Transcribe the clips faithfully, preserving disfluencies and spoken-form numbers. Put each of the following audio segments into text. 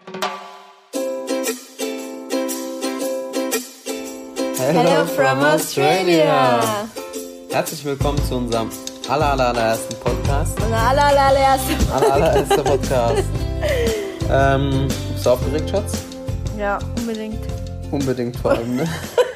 Hello from Australia! Herzlich willkommen zu unserem aller, aller, allerersten Podcast. Unser aller, aller, allererster aller, allererster Podcast. ähm, bist du aufgeregt, Schatz? Ja, unbedingt. Unbedingt vor allem, ne?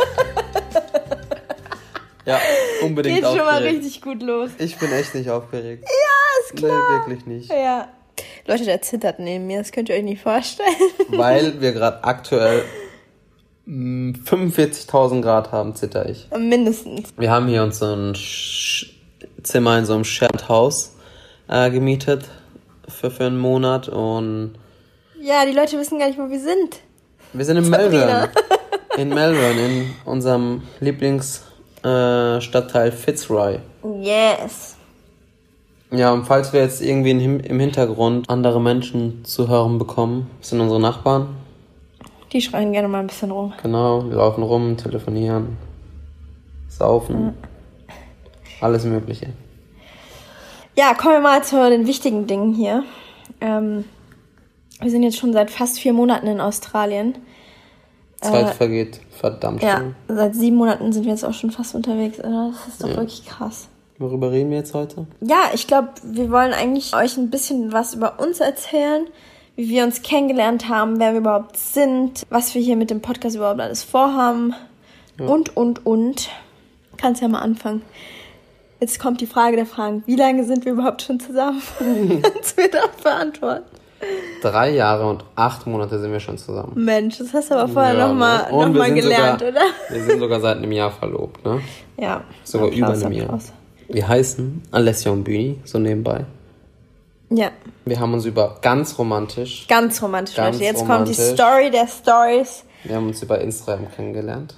Ja, unbedingt Geht aufgeregt. schon mal richtig gut los. Ich bin echt nicht aufgeregt. Ja, ist klar. Nee, wirklich nicht. Ja. Leute, der zittert neben mir, das könnt ihr euch nicht vorstellen. Weil wir gerade aktuell fünfundvierzigtausend Grad haben, zitter ich. Mindestens. Wir haben hier uns so ein Sch- Zimmer in so einem Shared House äh, gemietet für, für einen Monat und ja, die Leute wissen gar nicht, wo wir sind. wir sind in Melbourne. In Melbourne, in unserem Lieblingsstadtteil äh, Fitzroy. Yes. Ja, und falls wir jetzt irgendwie in, im Hintergrund andere Menschen zu hören bekommen, sind unsere Nachbarn. Die schreien gerne mal ein bisschen rum. Genau, wir laufen rum, telefonieren, saufen, mhm. alles Mögliche. Ja, kommen wir mal zu den wichtigen Dingen hier. Ähm, wir sind jetzt schon seit fast vier Monaten in Australien. Zeit äh, vergeht verdammt ja, schnell. Seit sieben Monaten sind wir jetzt auch schon fast unterwegs. Oder? Das ist doch ja. wirklich krass. Worüber reden wir jetzt heute? Ja, ich glaube, wir wollen eigentlich euch ein bisschen was über uns erzählen, wie wir uns kennengelernt haben, wer wir überhaupt sind, was wir hier mit dem Podcast überhaupt alles vorhaben ja. und, und, und. Kannst ja mal anfangen. Jetzt kommt die Frage der Fragen. Wie lange sind wir überhaupt schon zusammen? Kannst du mir das beantworten? Drei Jahre und acht Monate sind wir schon zusammen. Mensch, das hast du aber vorher ja, nochmal noch mal gelernt, sogar, oder? Wir sind sogar seit einem Jahr verlobt, ne? Ja. Sogar Applaus, über einem Jahr. Applaus. Wir heißen Alessia und Bühni, so nebenbei. Ja. Wir haben uns über ganz romantisch. Ganz romantisch, ganz Leute. Jetzt romantisch, kommt die Story der Stories. Wir haben uns über Instagram kennengelernt.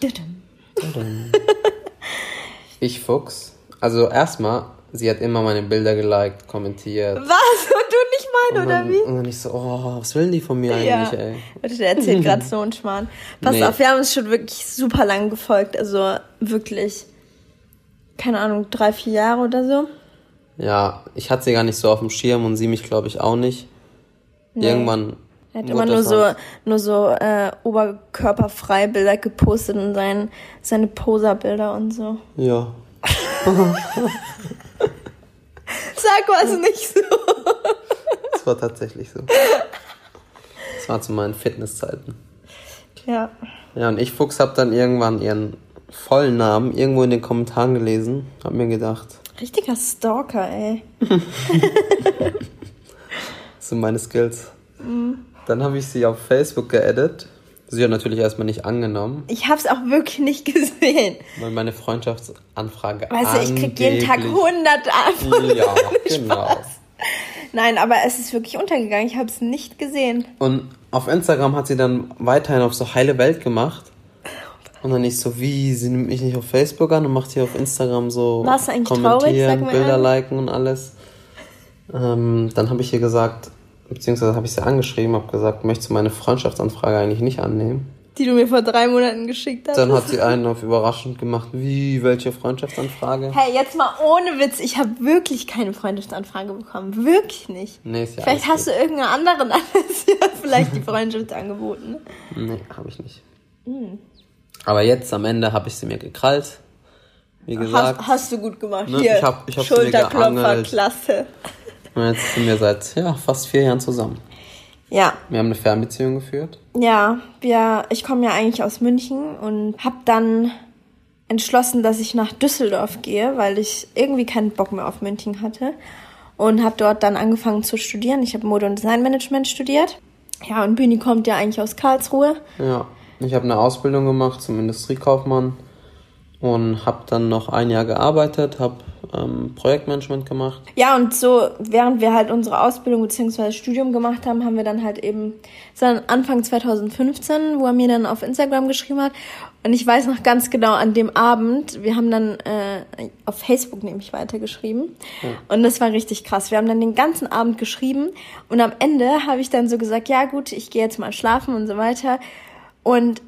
Ich Fuchs. Also erstmal, sie hat immer meine Bilder geliked, kommentiert. Was? Und du nicht meine, und dann, oder wie? Und dann ich so, oh, was will denn die von mir eigentlich, ja. ey? Leute, der erzählt gerade so einen Schmarrn. Pass nee. auf, wir haben uns schon wirklich super lang gefolgt. Also wirklich, keine Ahnung, drei, vier Jahre oder so. Ja, ich hatte sie gar nicht so auf dem Schirm und sie mich, glaube ich, auch nicht. Nee. Irgendwann. Er hat immer nur so, halt. nur so äh, oberkörperfrei Bilder gepostet und sein, seine Poserbilder und so. Ja. Sag was nicht so. Das war tatsächlich so. Das war zu meinen Fitnesszeiten. Ja. Ja, und ich, Fuchs, hab dann irgendwann ihren vollen Namen irgendwo in den Kommentaren gelesen. Hab mir gedacht... Richtiger Stalker, ey. Das sind meine Skills. Mhm. Dann habe ich sie auf Facebook geaddet. Sie hat natürlich erstmal nicht angenommen. Ich hab's auch wirklich nicht gesehen. Weil meine Freundschaftsanfrage weißt du, ich krieg jeden Tag hundert Antworten. Ja, genau. Spaß. Nein, aber es ist wirklich untergegangen. Ich hab's nicht gesehen. Und auf Instagram hat sie dann weiterhin auf so heile Welt gemacht. Und dann nicht so, wie, sie nimmt mich nicht auf Facebook an und macht hier auf Instagram so Warst du eigentlich kommentieren, traurig, Bilder liken und alles. Ähm, dann habe ich ihr gesagt, beziehungsweise habe ich sie angeschrieben, habe gesagt, möchtest du meine Freundschaftsanfrage eigentlich nicht annehmen? Die du mir vor drei Monaten geschickt hast. Dann hat sie einen auf überraschend gemacht, wie, welche Freundschaftsanfrage? Hey, jetzt mal ohne Witz, ich habe wirklich keine Freundschaftsanfrage bekommen, wirklich nicht. Nee, ist ja vielleicht hast gut. du irgendeiner anderen vielleicht die Freundschaft angeboten. Nee, habe ich nicht. Hm. Aber jetzt am Ende habe ich sie mir gekrallt. Wie gesagt. Hast, hast du gut gemacht. Ne? Hier, ich hab, ich hab Schulterklopfer, klasse. Und jetzt sind wir seit ja, fast vier Jahren zusammen. Ja. Wir haben eine Fernbeziehung geführt. Ja, wir, ich komme ja eigentlich aus München und habe dann entschlossen, dass ich nach Düsseldorf gehe, weil ich irgendwie keinen Bock mehr auf München hatte. Und habe dort dann angefangen zu studieren. Ich habe Mode- und Designmanagement studiert. Ja, und Bühni kommt ja eigentlich aus Karlsruhe. Ja. Ich habe eine Ausbildung gemacht zum Industriekaufmann und habe dann noch ein Jahr gearbeitet, habe ähm, Projektmanagement gemacht. Ja, und so, während wir halt unsere Ausbildung bzw. Studium gemacht haben, haben wir dann halt eben, das war dann Anfang zwanzig fünfzehn, wo er mir dann auf Instagram geschrieben hat. Und ich weiß noch ganz genau, an dem Abend, wir haben dann äh, auf Facebook nämlich weitergeschrieben. Ja. Und das war richtig krass. Wir haben dann den ganzen Abend geschrieben und am Ende habe ich dann so gesagt, ja gut, ich gehe jetzt mal schlafen und so weiter. Und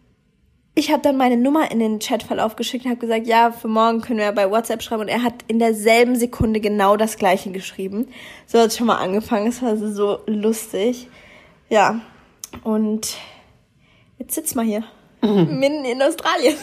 ich habe dann meine Nummer in den Chatverlauf geschickt und habe gesagt, ja, für morgen können wir bei WhatsApp schreiben. Und er hat in derselben Sekunde genau das Gleiche geschrieben. So hat es schon mal angefangen. Es war so lustig. Ja. Und jetzt sitzen wir hier. Mitten in Australien.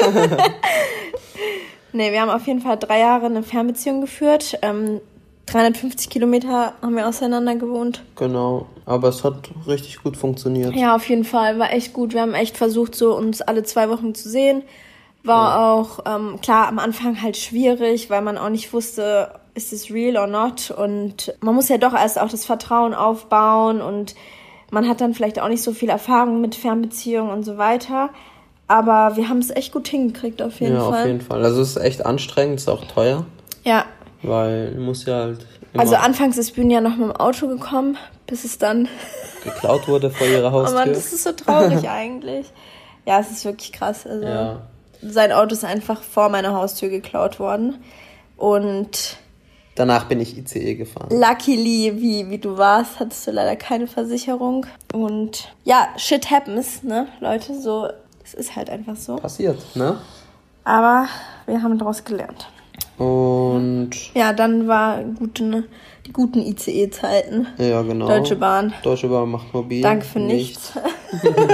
Nee, wir haben auf jeden Fall drei Jahre eine Fernbeziehung geführt. Ähm, dreihundertfünfzig Kilometer haben wir auseinander gewohnt. Genau, aber es hat richtig gut funktioniert. Ja, auf jeden Fall, war echt gut. Wir haben echt versucht, so uns alle zwei Wochen zu sehen. War ja. auch, ähm, klar, am Anfang halt schwierig, weil man auch nicht wusste, ist es real or not? Und man muss ja doch erst auch das Vertrauen aufbauen und man hat dann vielleicht auch nicht so viel Erfahrung mit Fernbeziehungen und so weiter. Aber wir haben es echt gut hingekriegt, auf jeden ja, Fall. Ja, auf jeden Fall. Also es ist echt anstrengend, ist auch teuer. Ja. Weil du musst ja halt immer Also anfangs ist Bühne ja noch mit dem Auto gekommen, bis es dann geklaut wurde vor ihrer Haustür. Oh Mann, das ist so traurig eigentlich. Ja, es ist wirklich krass. Also ja. Sein Auto ist einfach vor meiner Haustür geklaut worden. Und danach bin ich I C E gefahren. Luckily, wie, wie du warst, hattest du leider keine Versicherung. Und ja, shit happens, ne, Leute, so, es ist halt einfach so. Passiert, ne? Aber wir haben daraus gelernt. Und ja, dann war gute, ne, die guten I C E-Zeiten. Ja, genau. Deutsche Bahn. Deutsche Bahn macht mobil. Danke für nichts. nichts.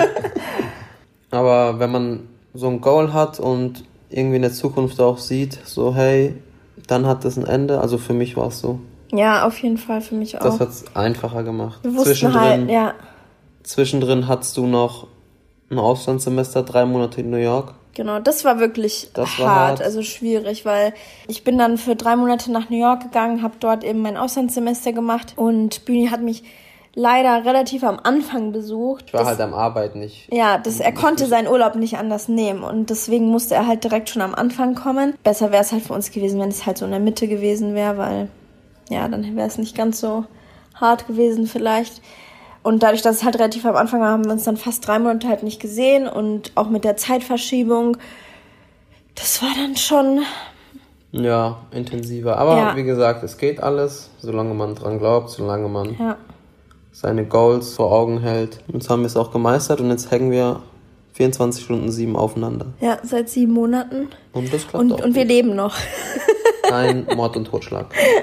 Aber wenn man so ein Goal hat und irgendwie in der Zukunft auch sieht, so hey, dann hat das ein Ende. Also für mich war es so. Ja, auf jeden Fall, für mich auch. Das hat es einfacher gemacht. Wir wussten zwischendrin, halt, ja. Zwischendrin hattest du noch ein Auslandssemester, drei Monate in New York. Genau, das war wirklich das war hart, hart, also schwierig, weil ich bin dann für drei Monate nach New York gegangen, habe dort eben mein Auslandssemester gemacht und Bühni hat mich leider relativ am Anfang besucht. Ich war das, halt am Arbeiten nicht. Ja, das, er konnte seinen Urlaub nicht anders nehmen und deswegen musste er halt direkt schon am Anfang kommen. Besser wäre es halt für uns gewesen, wenn es halt so in der Mitte gewesen wäre, weil ja, dann wäre es nicht ganz so hart gewesen vielleicht. Und dadurch, dass es halt relativ am Anfang war, haben wir uns dann fast drei Monate halt nicht gesehen und auch mit der Zeitverschiebung, das war dann schon... Ja, intensiver. Aber ja. wie gesagt, es geht alles, solange man dran glaubt, solange man ja. seine Goals vor Augen hält. Jetzt haben wir es auch gemeistert und jetzt hängen wir vierundzwanzig Stunden sieben aufeinander. Ja, seit sieben Monaten. Und das klappt und, auch Und wir gut. leben noch. Kein Mord und Totschlag.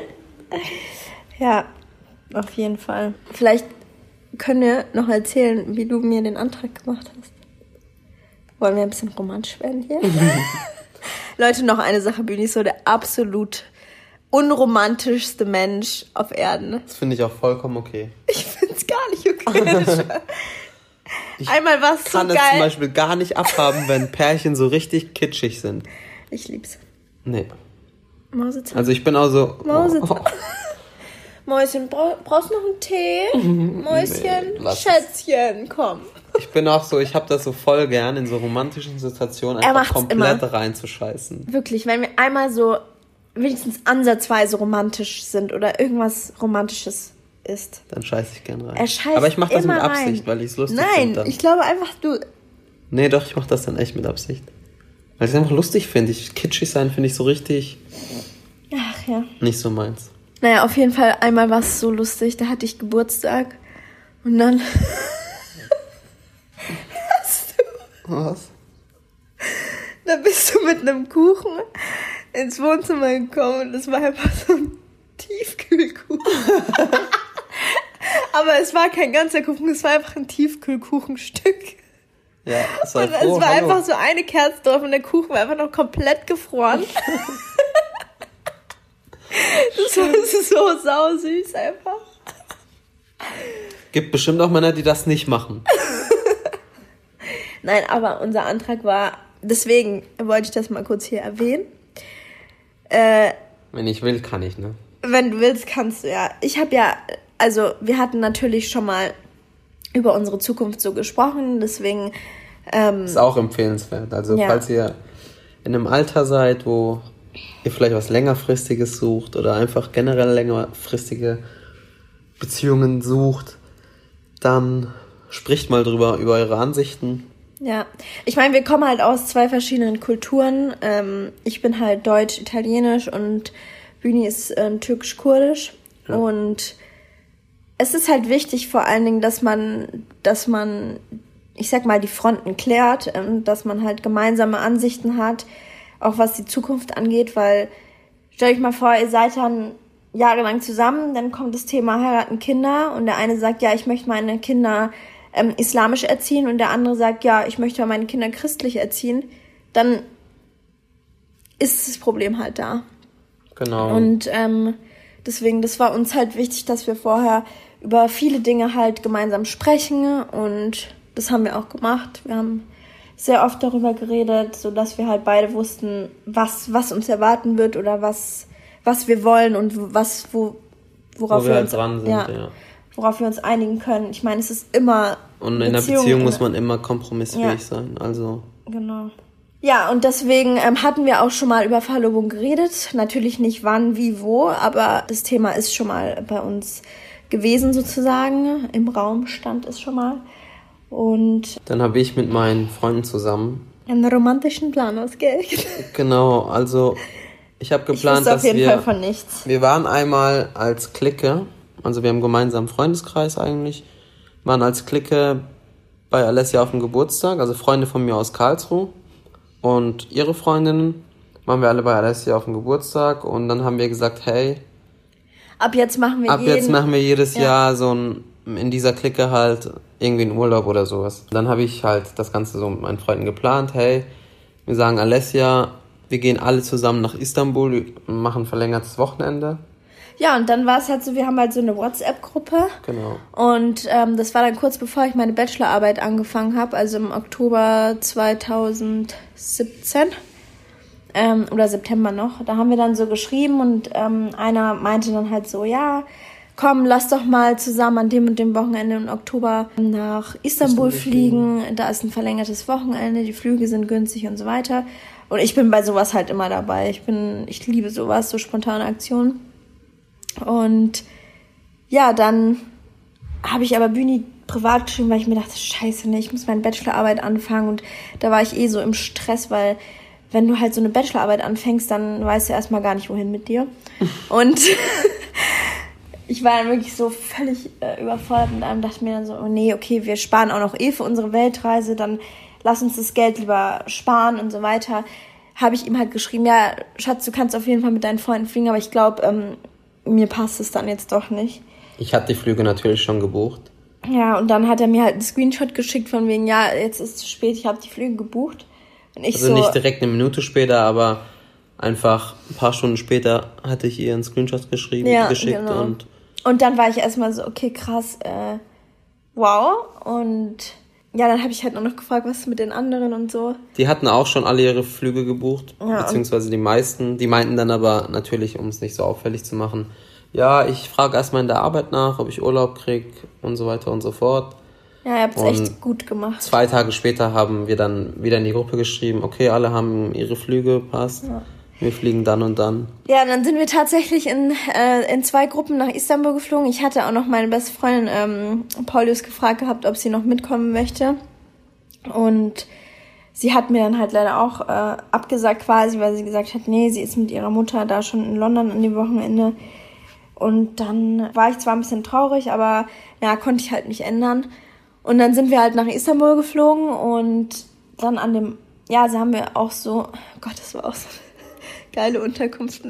Ja, auf jeden Fall. Vielleicht können wir noch erzählen, wie du mir den Antrag gemacht hast. Wollen wir ein bisschen romantisch werden hier? Leute, noch eine Sache. Bühni ist so der absolut unromantischste Mensch auf Erden. Das finde ich auch vollkommen okay. Ich finde es gar nicht okay. Ich Einmal war es so geil. Ich kann es zum Beispiel gar nicht abhaben, wenn Pärchen so richtig kitschig sind. Ich lieb's. Nee. Mausezahn. Also ich bin auch so... Mausezahn. Oh. Mäuschen, brauchst du noch einen Tee? Mäuschen, nee, Schätzchen, komm. Ich bin auch so, ich habe das so voll gern, in so romantischen Situationen einfach komplett immer reinzuscheißen. Wirklich, wenn wir einmal so wenigstens ansatzweise romantisch sind oder irgendwas Romantisches ist. Dann scheiße ich gern rein. Er scheißt Aber ich mache das mit rein. Absicht, weil ich es lustig finde. find Nein, ich glaube einfach, du... Nee, doch, ich mache das dann echt mit Absicht. Weil ich es einfach lustig finde. Ich, kitschig sein finde ich so richtig... Ach ja. Nicht so meins. Naja, auf jeden Fall, einmal war es so lustig, da hatte ich Geburtstag und dann hast du... Was? Da bist du mit einem Kuchen ins Wohnzimmer gekommen und das war einfach so ein Tiefkühlkuchen. Aber es war kein ganzer Kuchen, es war einfach ein Tiefkühlkuchenstück. Ja, es war, und froh, es war hallo. einfach so eine Kerze drauf und der Kuchen war einfach noch komplett gefroren. Das war so sausüß einfach. Gibt bestimmt auch Männer, die das nicht machen. Nein, aber unser Antrag war, deswegen wollte ich das mal kurz hier erwähnen. Äh, wenn ich will, kann ich, ne? Wenn du willst, kannst du, ja. Ich habe ja, also wir hatten natürlich schon mal über unsere Zukunft so gesprochen, deswegen... Ähm, ist auch empfehlenswert. Also ja. Falls ihr in einem Alter seid, wo ihr vielleicht was längerfristiges sucht oder einfach generell längerfristige Beziehungen sucht, dann spricht mal drüber, über eure Ansichten. Ja, ich meine, wir kommen halt aus zwei verschiedenen Kulturen. Ähm, ich bin halt deutsch-italienisch und Bühni ist ähm, türkisch-kurdisch. Ja. Und es ist halt wichtig vor allen Dingen, dass man, dass man, ich sag mal, die Fronten klärt, ähm, dass man halt gemeinsame Ansichten hat, auch was die Zukunft angeht, weil stell euch mal vor, ihr seid dann jahrelang zusammen, dann kommt das Thema heiraten, Kinder und der eine sagt, ja, ich möchte meine Kinder ähm, islamisch erziehen und der andere sagt, ja, ich möchte meine Kinder christlich erziehen, dann ist das Problem halt da. Genau. Und ähm, deswegen, das war uns halt wichtig, dass wir vorher über viele Dinge halt gemeinsam sprechen und das haben wir auch gemacht. Wir haben sehr oft darüber geredet, sodass wir halt beide wussten, was, was uns erwarten wird oder was, was wir wollen und was, wo, worauf Wo wir, wir uns, dran sind, ja, ja. worauf wir uns einigen können. Ich meine, es ist immer Und in Beziehung, einer Beziehung muss man immer kompromissfähig ja. sein, also. Genau. Ja, und deswegen ähm, hatten wir auch schon mal über Verlobung geredet. Natürlich nicht wann, wie, wo, aber das Thema ist schon mal bei uns gewesen sozusagen. Im Raum stand es schon mal. Und dann habe ich mit meinen Freunden zusammen einen romantischen Plan ausgelegt. Genau, also ich habe geplant, ich dass auf jeden wir Fall von nichts. Wir waren einmal als Clique, also wir haben gemeinsam einen Freundeskreis eigentlich, waren als Clique bei Alessia auf dem Geburtstag, also Freunde von mir aus Karlsruhe und ihre Freundinnen, waren wir alle bei Alessia auf dem Geburtstag und dann haben wir gesagt, hey, ab jetzt machen wir ab jeden, jetzt machen wir jedes ja. Jahr so ein in dieser Clique halt irgendwie einen Urlaub oder sowas. Dann habe ich halt das Ganze so mit meinen Freunden geplant. Hey, wir sagen Alessia, wir gehen alle zusammen nach Istanbul und machen ein verlängertes Wochenende. Ja, und dann war es halt so, wir haben halt so eine WhatsApp-Gruppe. Genau. Und ähm, das war dann kurz bevor ich meine Bachelorarbeit angefangen habe, also im Oktober zweitausendsiebzehn. Ähm, oder September noch. Da haben wir dann so geschrieben und ähm, einer meinte dann halt so, ja, komm, lass doch mal zusammen an dem und dem Wochenende im Oktober nach Istanbul fliegen. Da ist ein verlängertes Wochenende, die Flüge sind günstig und so weiter. Und ich bin bei sowas halt immer dabei. Ich bin, ich liebe sowas, so spontane Aktionen. Und ja, dann habe ich aber Bühni privat geschrieben, weil ich mir dachte, scheiße, ne, ich muss meine Bachelorarbeit anfangen. Und da war ich eh so im Stress, weil wenn du halt so eine Bachelorarbeit anfängst, dann weißt du erstmal gar nicht, wohin mit dir. Und ich war dann wirklich so völlig äh, überfordert mit einem, dachte mir dann so, oh nee, okay, wir sparen auch noch eh für unsere Weltreise, dann lass uns das Geld lieber sparen und so weiter. Habe ich ihm halt geschrieben, ja, Schatz, du kannst auf jeden Fall mit deinen Freunden fliegen, aber ich glaube, ähm, mir passt es dann jetzt doch nicht. Ich hatte die Flüge natürlich schon gebucht. Ja, und dann hat er mir halt einen Screenshot geschickt von wegen, ja, jetzt ist es zu spät, ich habe die Flüge gebucht. Und ich also so, nicht direkt eine Minute später, aber einfach ein paar Stunden später hatte ich ihr einen Screenshot geschrieben, ja, geschickt genau. und Und dann war ich erstmal so, okay, krass, äh, wow. Und ja, dann habe ich halt nur noch gefragt, was ist mit den anderen und so. Die hatten auch schon alle ihre Flüge gebucht, ja, beziehungsweise die meisten. Die meinten dann aber natürlich, um es nicht so auffällig zu machen, ja, ich frage erstmal in der Arbeit nach, ob ich Urlaub kriege und so weiter und so fort. Ja, ihr habt es echt gut gemacht. Zwei Tage später haben wir dann wieder in die Gruppe geschrieben, okay, alle haben ihre Flüge, passt. Ja. Wir fliegen dann und dann. Ja, dann sind wir tatsächlich in, äh, in zwei Gruppen nach Istanbul geflogen. Ich hatte auch noch meine beste Freundin ähm, Paulius gefragt gehabt, ob sie noch mitkommen möchte. Und sie hat mir dann halt leider auch äh, abgesagt quasi, weil sie gesagt hat, nee, sie ist mit ihrer Mutter da schon in London an dem Wochenende. Und dann war ich zwar ein bisschen traurig, aber ja, konnte ich halt nicht ändern. Und dann sind wir halt nach Istanbul geflogen und dann an dem, ja, also haben wir auch so, oh Gott, das war auch so geile Unterkünfte.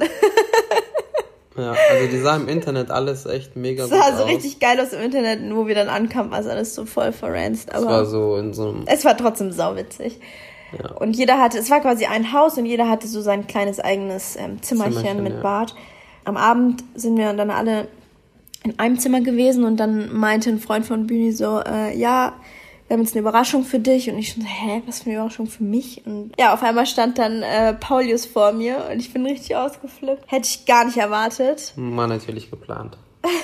Ja, also die sah im Internet alles echt mega gut aus. Es sah so richtig geil aus im Internet, wo wir dann ankamen, war es alles so voll verranzt. Aber es war so in so einem... Es war trotzdem sauwitzig. Ja. Und jeder hatte, es war quasi ein Haus und jeder hatte so sein kleines eigenes ähm, Zimmerchen, Zimmerchen mit ja. Bad. Am Abend sind wir dann alle in einem Zimmer gewesen und dann meinte ein Freund von Bühni so, äh, ja, wir haben jetzt eine Überraschung für dich. Und ich so, hä, was für eine Überraschung für mich? Und ja, auf einmal stand dann äh, Paulius vor mir und ich bin richtig ausgeflippt. Hätte ich gar nicht erwartet. War natürlich geplant.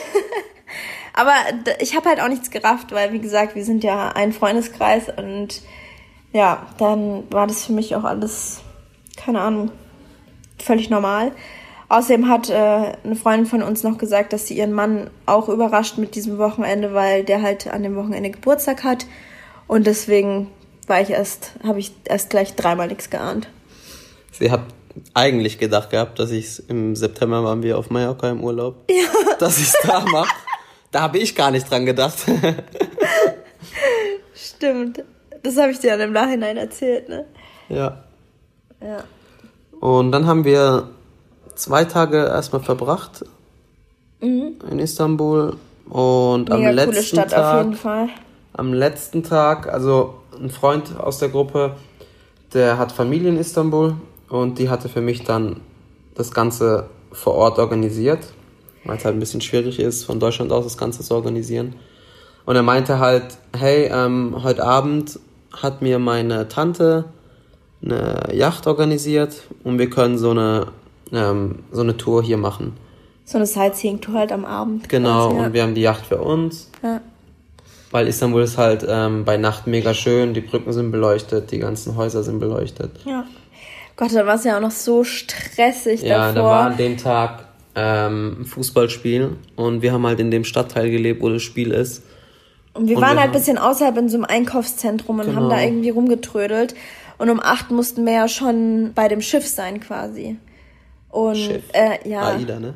Aber d- ich habe halt auch nichts gerafft, weil, wie gesagt, wir sind ja ein Freundeskreis und ja, dann war das für mich auch alles, keine Ahnung, völlig normal. Außerdem hat äh, eine Freundin von uns noch gesagt, dass sie ihren Mann auch überrascht mit diesem Wochenende, weil der halt an dem Wochenende Geburtstag hat. Und deswegen war ich erst, habe ich erst gleich dreimal nichts geahnt. Sie hat eigentlich gedacht gehabt, dass ich im September waren wir auf Mallorca im Urlaub. Ja. Dass ich es da mache. Da habe ich gar nicht dran gedacht. Stimmt. Das habe ich dir dann im Nachhinein erzählt, ne? Ja. Ja. Und dann haben wir zwei Tage erstmal verbracht mhm. in Istanbul. Und Mega am letzten coole Stadt Tag, auf jeden Fall. am letzten Tag, also ein Freund aus der Gruppe, der hat Familie in Istanbul und die hatte für mich dann das Ganze vor Ort organisiert, weil es halt ein bisschen schwierig ist, von Deutschland aus das Ganze zu organisieren. Und er meinte halt, hey, ähm, heute Abend hat mir meine Tante eine Yacht organisiert und wir können so eine, ähm, so eine Tour hier machen. So eine Sightseeing-Tour halt am Abend. Genau, quasi, ja. Und wir haben die Yacht für uns. Ja. Weil Istanbul ist halt ähm, bei Nacht mega schön, die Brücken sind beleuchtet, die ganzen Häuser sind beleuchtet. Ja. Gott, da war es ja auch noch so stressig ja, davor. Ja, da war an dem Tag ähm, ein Fußballspiel und wir haben halt in dem Stadtteil gelebt, wo das Spiel ist. Und wir und waren wir halt ein bisschen außerhalb in so einem Einkaufszentrum und genau. haben da irgendwie rumgetrödelt. Und um acht mussten wir ja schon bei dem Schiff sein quasi. Und, Schiff? Äh, ja. AIDA, ne?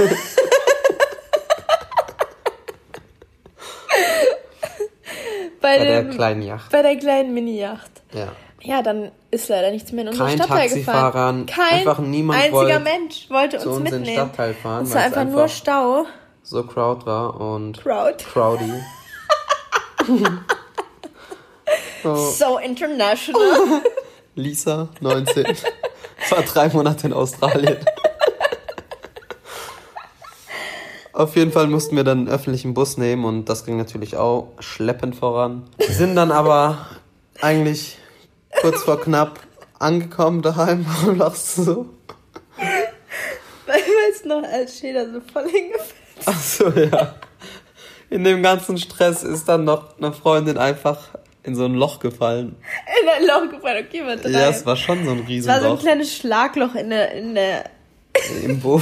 bei, bei dem, der kleinen Yacht. Bei der kleinen Mini-Yacht. Ja. Ja, dann ist leider nichts mehr in unserer Kein Stadtteil Taxifahrer, gefahren. Kein einfach niemand einziger wollte Mensch wollte zu uns uns mitnehmen. in den Stadtteil fahren. Es war einfach, einfach nur Stau. So crowd war und Crowd. Crowdy. so. so international. Lisa, neunzehn. War drei Monate in Australien. Auf jeden Fall mussten wir dann einen öffentlichen Bus nehmen und das ging natürlich auch schleppend voran. Wir sind dann aber eigentlich kurz vor knapp angekommen daheim. Warum lachst du so? Weil es noch als Schäder so voll hingefallen ist. Ach so, ja. In dem ganzen Stress ist dann noch eine Freundin einfach in so ein Loch gefallen. In ein Loch gefallen, okay, mal drei. Ja, es war schon so ein Riesenloch. Es war so ein kleines Schlagloch in der... In der Im Boot.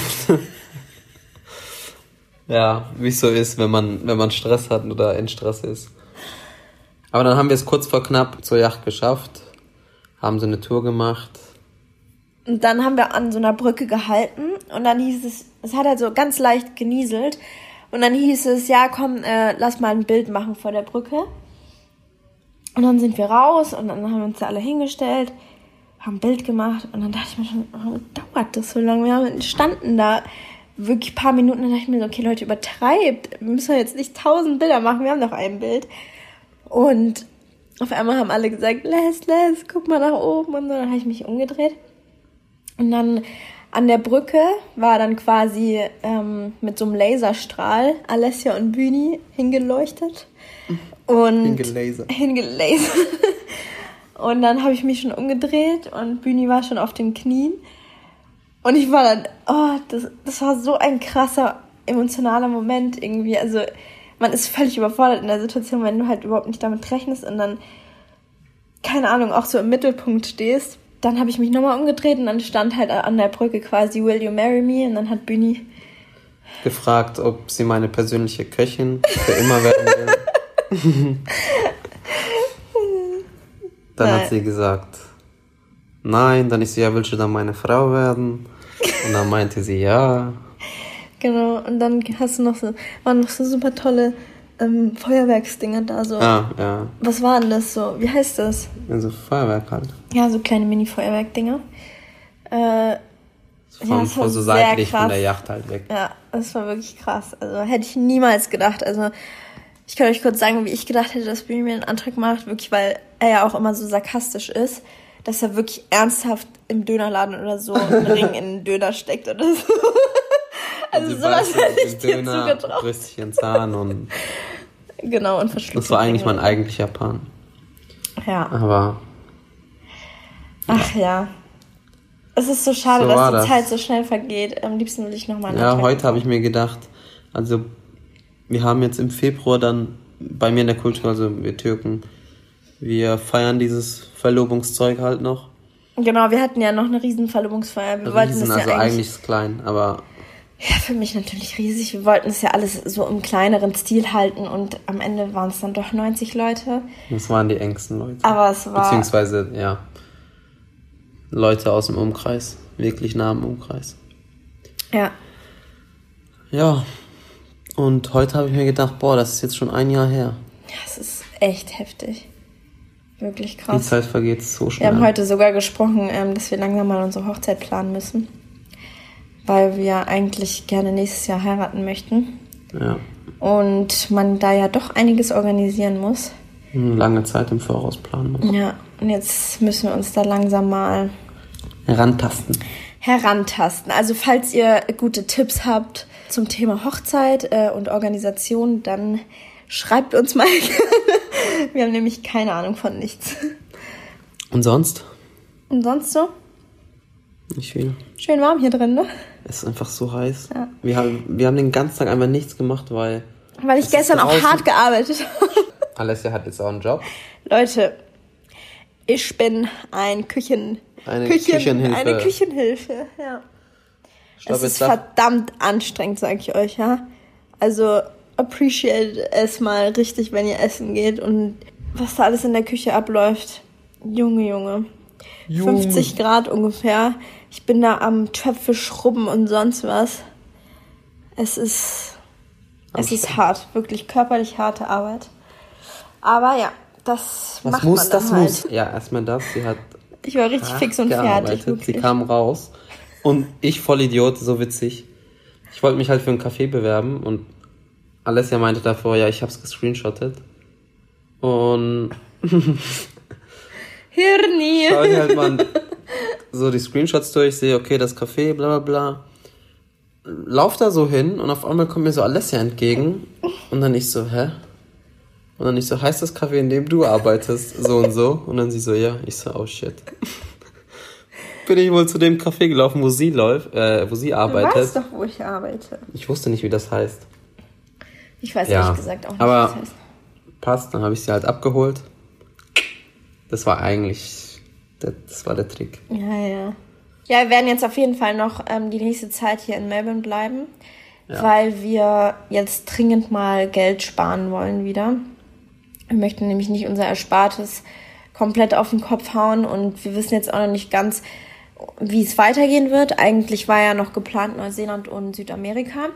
Ja, wie es so ist, wenn man, wenn man Stress hat oder in Stress ist. Aber dann haben wir es kurz vor knapp zur Yacht geschafft, haben so eine Tour gemacht. Und dann haben wir an so einer Brücke gehalten und dann hieß es, es hat halt so ganz leicht genieselt und dann hieß es, ja komm, äh, lass mal ein Bild machen vor der Brücke. Und dann sind wir raus und dann haben wir uns da alle hingestellt, haben ein Bild gemacht und dann dachte ich mir schon, warum dauert das so lange? Wir haben standen da wirklich ein paar Minuten, dann dachte ich mir so, okay Leute, übertreibt, wir müssen jetzt nicht tausend Bilder machen, wir haben noch ein Bild. Und auf einmal haben alle gesagt, Les, Les, guck mal nach oben und so, dann habe ich mich umgedreht. Und dann an der Brücke war dann quasi ähm, mit so einem Laserstrahl Alessia und Bühni hingeleuchtet. Und hingelasert. Hingelasert. Und dann habe ich mich schon umgedreht und Bühni war schon auf den Knien. Und ich war dann, oh, das, das war so ein krasser, emotionaler Moment irgendwie. Also man ist völlig überfordert in der Situation, wenn du halt überhaupt nicht damit rechnest und dann, keine Ahnung, auch so im Mittelpunkt stehst. Dann habe ich mich nochmal umgedreht und dann stand halt an der Brücke quasi Will you marry me? Und dann hat Bühni gefragt, ob sie meine persönliche Köchin für immer werden will. Dann nein. Hat sie gesagt, nein. Dann ich so, ja, willst du dann meine Frau werden? Und dann meinte sie, ja. Genau, und dann hast du noch so, waren noch so super tolle ähm, Feuerwerksdinger da so. Ah, ja. Was war denn das so? Wie heißt das? Also Feuerwerk halt. Ja, so kleine Mini-Feuerwerkdinger. Äh, von, ja, von so seitlich von der Yacht halt weg. Ja, das war wirklich krass. Also hätte ich niemals gedacht. Also ich kann euch kurz sagen, wie ich gedacht hätte, dass Bühni mir einen Antrag macht. Wirklich, weil er ja auch immer so sarkastisch ist, dass er wirklich ernsthaft im Dönerladen oder so einen Ring in den Döner steckt oder so. Also sowas hätte ich dir zugetraut. Bricht sich ihren Zahn und... Genau, und verschluckt. Das war eigentlich mein eigentlicher Plan. Ja. Aber... Ach ja. Es ist so schade, so dass die das. Zeit so schnell vergeht. Am liebsten will ich nochmal... Ja, heute habe ich mir gedacht, also wir haben jetzt im Februar dann bei mir in der Kultur, also wir Türken, wir feiern dieses Verlobungszeug halt noch. Genau, wir hatten ja noch eine riesen Verlobungsfeier. Wir Riesen, wollten das ja also eigentlich, eigentlich ist es klein, aber... Ja, für mich natürlich riesig. Wir wollten es ja alles so im kleineren Stil halten und am Ende waren es dann doch neunzig Leute. Das waren die engsten Leute. Aber es war... Beziehungsweise, ja, Leute aus dem Umkreis. Wirklich nah im Umkreis. Ja. Ja, und heute habe ich mir gedacht, boah, das ist jetzt schon ein Jahr her. Ja, es ist echt heftig. Wirklich krass. Die Zeit vergeht so schnell. Wir haben heute sogar gesprochen, dass wir langsam mal unsere Hochzeit planen müssen. Weil wir eigentlich gerne nächstes Jahr heiraten möchten. Ja. Und man da ja doch einiges organisieren muss. lange Zeit im Voraus planen muss. Ja, und jetzt müssen wir uns da langsam mal herantasten. Herantasten. Also falls ihr gute Tipps habt zum Thema Hochzeit äh, und Organisation, dann schreibt uns mal gerne. Wir haben nämlich keine Ahnung von nichts. Und sonst? Und sonst so? Nicht viel. Schön warm hier drin, ne? Es ist einfach so heiß. Ja. Wir haben, wir haben den ganzen Tag einfach nichts gemacht, weil... Weil ich gestern auch hart gearbeitet habe. Alessia hat jetzt auch einen Job. Leute, ich bin ein Küchen... Eine Küchen, Küchenhilfe. Eine Küchenhilfe, ja. Glaub, es ist verdammt anstrengend, sag ich euch, ja. Also appreciate es mal richtig, wenn ihr essen geht und was da alles in der Küche abläuft. Junge, Junge. Junge. fünfzig Grad ungefähr. Ich bin da am Töpfe schrubben und sonst was. Es ist, es ist hart, wirklich körperlich harte Arbeit. Aber ja, das was macht muss, man dann das halt. muss. Ja, erstmal das. Sie hat Ich war richtig fix und fertig. Sie kam raus und ich, Vollidiot, so witzig. Ich wollte mich halt für einen Café bewerben und Alessia meinte davor, ja, ich hab's gescreenshottet. Und Hirni. schau ich halt mal so die Screenshots durch, sehe, okay, das Café, bla bla bla. Lauf da so hin und auf einmal kommt mir so Alessia entgegen und dann ich so, hä? Und dann ich so, heißt das Café, in dem du arbeitest, so und so? Und dann sie so, ja. Ich so, oh shit. Bin ich wohl zu dem Café gelaufen, wo sie läuft, äh, wo sie arbeitet. Du weißt doch, wo ich arbeite. Ich wusste nicht, wie das heißt. Ich weiß ja. ehrlich gesagt auch nicht, aber wie das heißt. Passt, dann habe ich sie halt abgeholt. Das war eigentlich, das war der Trick. Ja, ja. Ja, wir werden jetzt auf jeden Fall noch ähm, die nächste Zeit hier in Melbourne bleiben, ja. weil wir jetzt dringend mal Geld sparen wollen wieder. Wir möchten nämlich nicht unser Erspartes komplett auf den Kopf hauen und wir wissen jetzt auch noch nicht ganz, wie es weitergehen wird. Eigentlich war ja noch geplant Neuseeland und Südamerika.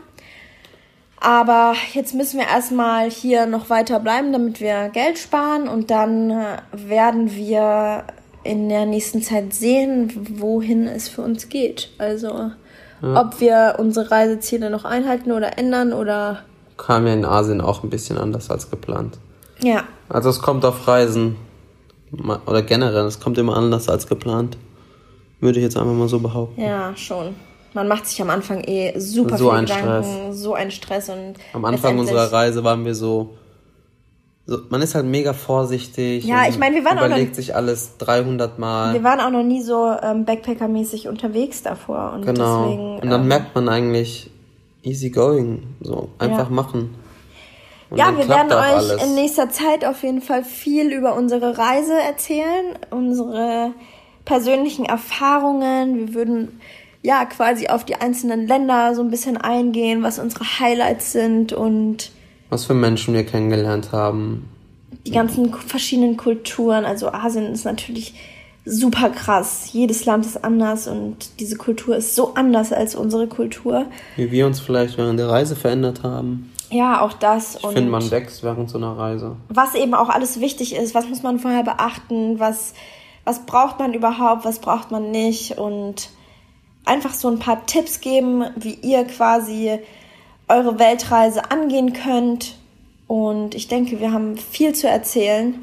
Aber jetzt müssen wir erstmal hier noch weiter bleiben, damit wir Geld sparen und dann werden wir in der nächsten Zeit sehen, wohin es für uns geht. Also ja. ob wir unsere Reiseziele noch einhalten oder ändern oder... Kam ja in Asien auch ein bisschen anders als geplant. Ja. Also es kommt auf Reisen oder generell, es kommt immer anders als geplant. Würde ich jetzt einfach mal so behaupten. Ja, schon. Man macht sich am Anfang eh super so viel ein Gedanken, Stress. so ein Stress. Und am Anfang unserer Reise waren wir so, so, man ist halt mega vorsichtig. Ja, ich meine, wir waren überlegt auch noch, sich alles dreihundert Mal. Wir waren auch noch nie so ähm, Backpacker-mäßig unterwegs davor. Und genau. Deswegen, und dann ähm, merkt man eigentlich easy going, so einfach ja. machen. Und ja, wir werden euch alles. in nächster Zeit auf jeden Fall viel über unsere Reise erzählen, unsere persönlichen Erfahrungen. Wir würden ja quasi auf die einzelnen Länder so ein bisschen eingehen, was unsere Highlights sind und was für Menschen wir kennengelernt haben. Die ganzen verschiedenen Kulturen. Also Asien ist natürlich super krass. Jedes Land ist anders und diese Kultur ist so anders als unsere Kultur. Wie wir uns vielleicht während der Reise verändert haben. Ja, auch das. Ich finde, man wächst während so einer Reise. Was eben auch alles wichtig ist, was muss man vorher beachten, was, was braucht man überhaupt, was braucht man nicht und einfach so ein paar Tipps geben, wie ihr quasi eure Weltreise angehen könnt. Und ich denke, wir haben viel zu erzählen.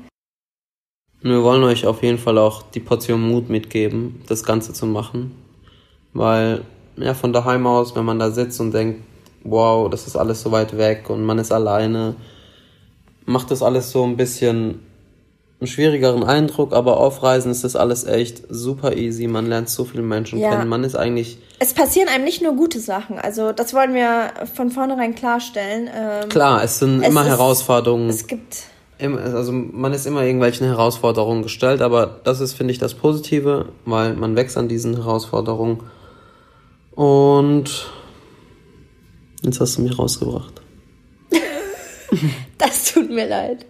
Wir wollen euch auf jeden Fall auch die Portion Mut mitgeben, das Ganze zu machen. Weil, ja, von daheim aus, wenn man da sitzt und denkt, wow, das ist alles so weit weg und man ist alleine, macht das alles so ein bisschen einen schwierigeren Eindruck, aber auf Reisen ist das alles echt super easy. Man lernt so viele Menschen ja. kennen. Man ist eigentlich... Es passieren einem nicht nur gute Sachen. Also das wollen wir von vornherein klarstellen. Ähm, Klar, es sind es immer ist, Herausforderungen. Es gibt... Also man ist immer irgendwelchen Herausforderungen gestellt, aber das ist, finde ich, das Positive, weil man wächst an diesen Herausforderungen. Und jetzt hast du mich rausgebracht. Das tut mir leid.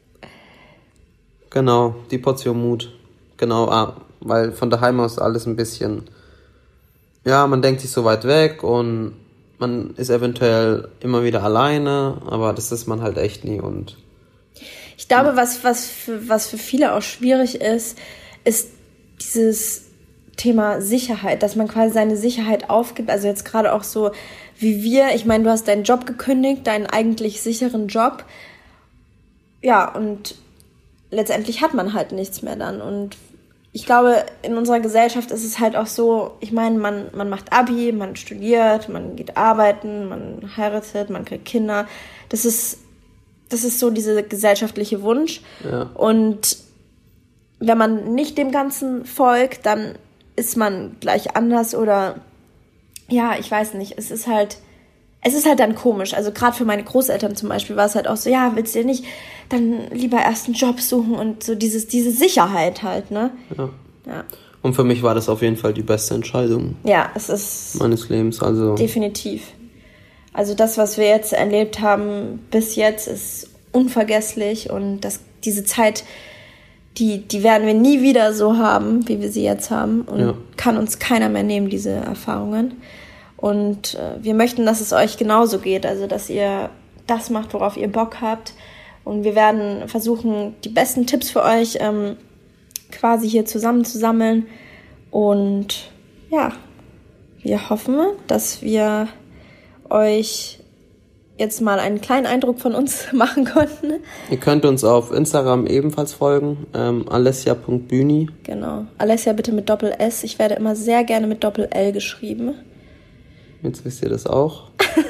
Genau, die Portion Mut. Genau, ah, weil von daheim aus alles ein bisschen, ja, man denkt sich so weit weg und man ist eventuell immer wieder alleine, aber das ist man halt echt nie. Und ich glaube, was, was, für, was für viele auch schwierig ist, ist dieses Thema Sicherheit, dass man quasi seine Sicherheit aufgibt. Also jetzt gerade auch so wie wir, ich meine, du hast deinen Job gekündigt, deinen eigentlich sicheren Job. Ja, und letztendlich hat man halt nichts mehr dann. Und ich glaube, in unserer Gesellschaft ist es halt auch so, ich meine, man, man macht Abi, man studiert, man geht arbeiten, man heiratet, man kriegt Kinder. Das ist, das ist so dieser gesellschaftliche Wunsch. Ja. Und wenn man nicht dem Ganzen folgt, dann ist man gleich anders oder ja, ich weiß nicht, es ist halt, es ist halt dann komisch. Also gerade für meine Großeltern zum Beispiel war es halt auch so, ja, willst du dir nicht dann lieber erst einen Job suchen und so dieses, diese Sicherheit halt, ne? Ja. Ja. Und für mich war das auf jeden Fall die beste Entscheidung. Ja, es ist meines Lebens, also. Definitiv. Also das, was wir jetzt erlebt haben bis jetzt, ist unvergesslich und das, diese Zeit, die, die werden wir nie wieder so haben, wie wir sie jetzt haben und ja. kann uns keiner mehr nehmen, diese Erfahrungen. Und äh, wir möchten, dass es euch genauso geht, also dass ihr das macht, worauf ihr Bock habt. Und wir werden versuchen, die besten Tipps für euch ähm, quasi hier zusammenzusammeln. Und ja, wir hoffen, dass wir euch jetzt mal einen kleinen Eindruck von uns machen konnten. Ihr könnt uns auf Instagram ebenfalls folgen, ähm, alessia punkt bühni. Genau, Alessia bitte mit Doppel-S. Ich werde immer sehr gerne mit Doppel-L geschrieben. Jetzt wisst ihr das auch.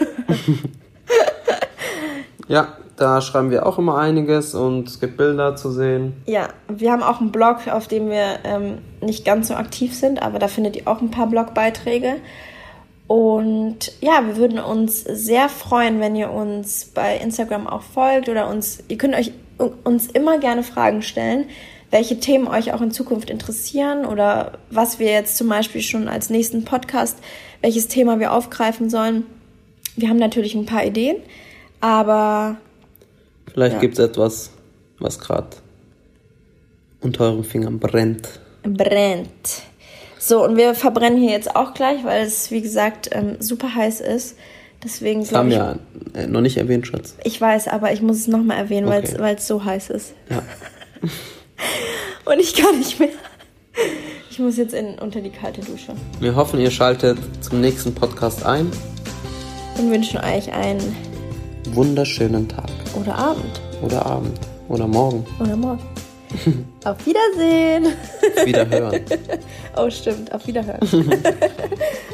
Ja, da schreiben wir auch immer einiges und es gibt Bilder zu sehen. Ja, wir haben auch einen Blog, auf dem wir ähm, nicht ganz so aktiv sind, aber da findet ihr auch ein paar Blogbeiträge. Und ja, wir würden uns sehr freuen, wenn ihr uns bei Instagram auch folgt oder uns, ihr könnt euch uns immer gerne Fragen stellen, welche Themen euch auch in Zukunft interessieren oder was wir jetzt zum Beispiel schon als nächsten Podcast, welches Thema wir aufgreifen sollen. Wir haben natürlich ein paar Ideen, aber vielleicht ja. gibt es etwas, was gerade unter euren Fingern brennt. Brennt. So, und wir verbrennen hier jetzt auch gleich, weil es, wie gesagt, ähm, super heiß ist. Deswegen das haben wir ja noch nicht erwähnt, Schatz. Ich weiß, aber ich muss es nochmal erwähnen, okay. weil es so heiß ist. Ja. Und ich kann nicht mehr. Ich muss jetzt in, unter die kalte Dusche. Wir hoffen, ihr schaltet zum nächsten Podcast ein. Und wünschen euch einen wunderschönen Tag. Oder Abend. Oder Abend. Oder morgen. Oder morgen. Auf Wiedersehen. Auf Wiederhören. Oh, stimmt. Auf Wiederhören.